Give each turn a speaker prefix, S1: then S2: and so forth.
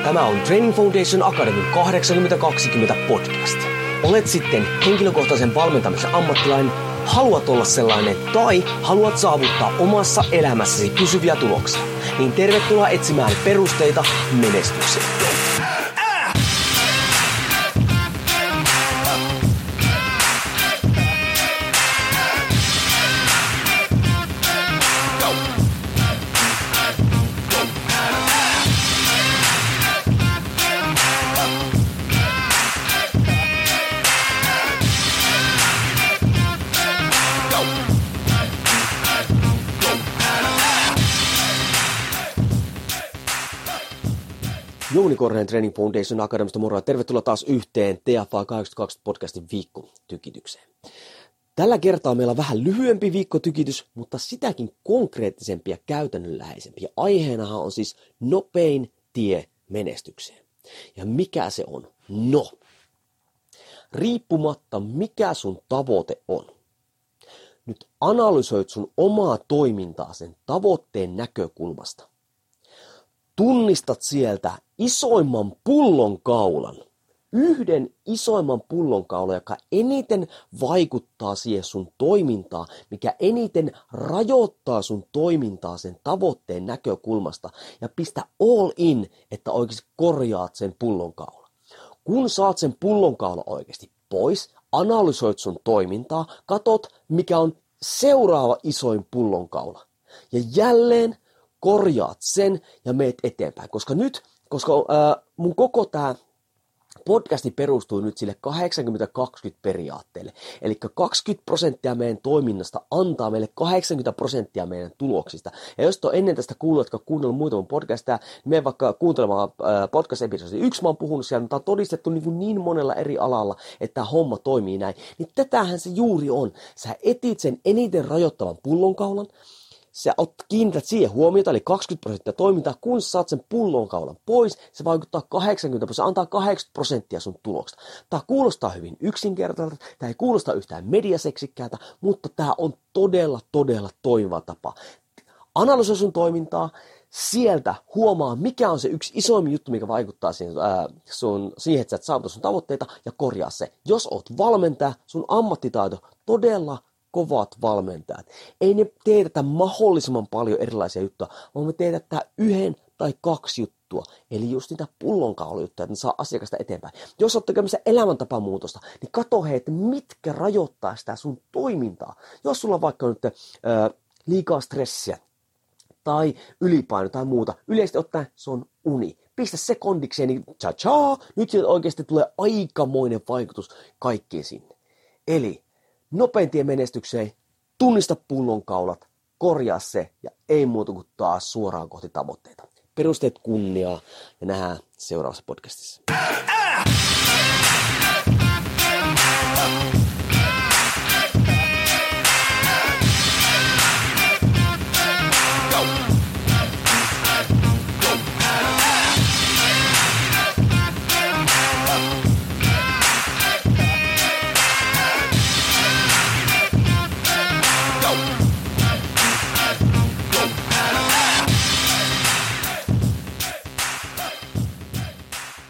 S1: Tämä on Training Foundation Academy 8020 podcast. Olet sitten henkilökohtaisen valmentamisen ammattilainen, haluat olla sellainen tai haluat saavuttaa omassa elämässäsi pysyviä tuloksia, niin tervetuloa etsimään perusteita menestykseen. Jouni Korhonen Training Foundation Academista moro ja tervetuloa taas yhteen TFA 82 podcastin viikkotykitykseen. Tällä kertaa meillä on vähän lyhyempi viikkotykitys, mutta sitäkin konkreettisempi ja käytännönläheisempi. Ja aiheenahan on siis nopein tie menestykseen. Ja mikä se on? No, riippumatta mikä sun tavoite on. Nyt analysoit sun omaa toimintaa sen tavoitteen näkökulmasta. Tunnistat sieltä isoimman pullonkaulan, yhden isoimman pullonkaulan, joka eniten vaikuttaa siihen sun toimintaan, mikä eniten rajoittaa sun toimintaa sen tavoitteen näkökulmasta ja pistä all in, että oikeasti korjaat sen pullonkaulan. Kun saat sen pullonkaulan oikeasti pois, analysoit sun toimintaa, katot mikä on seuraava isoin pullonkaula ja jälleen korjaat sen ja meet eteenpäin, koska mun koko tämä podcasti perustuu nyt sille 80-20 periaatteelle. Eli 20% meidän toiminnasta antaa meille 80% meidän tuloksista. Ja jos et ole ennen tästä kuullut, jotka kuunnellut muutaman podcastia, niin mene vaikka kuuntelemaan podcast-episodi 1, mä oon puhunut siellä, mutta on todistettu niin monella eri alalla, että tämä homma toimii näin. Niin tätähän se juuri on. Sä etit sen eniten rajoittavan pullonkaulan, sä kiinnität siihen huomiota, eli 20% toimintaa, kun sä saat sen pullonkaulan pois, se vaikuttaa 80%, antaa 80% sun tuloksesta. Tämä kuulostaa hyvin yksinkertaiselta, tämä ei kuulosta yhtään mediaseksikkäältä, mutta tämä on todella toimiva tapa. Analysoi sun toimintaa, sieltä huomaa, mikä on se yksi isoimmin juttu, mikä vaikuttaa siihen, että sä et saavuta sun tavoitteita ja korjaa se. Jos oot valmentaja, sun ammattitaito todella kovat valmentajat. Ei ne teetätä mahdollisimman paljon erilaisia juttuja, vaan me teetätä 1 tai 2 juttua. Eli just niitä pullonkaulujuttuja, että ne saa asiakasta eteenpäin. Jos olet tekemässä elämäntapamuutosta, niin katso että mitkä rajoittaa sitä sun toimintaa. Jos sulla on vaikka nyt liikaa stressiä tai ylipaino tai muuta, yleisesti ottaen se on uni. Pistä se kondikseen, niin nyt oikeasti tulee aikamoinen vaikutus kaikkiin sinne. Eli nopein tie menestykseen, tunnista pullonkaulat, korjaa se ja ei muuta kuin taas suoraan kohti tavoitteita. Perusteet kunniaa ja nähdään seuraavassa podcastissa.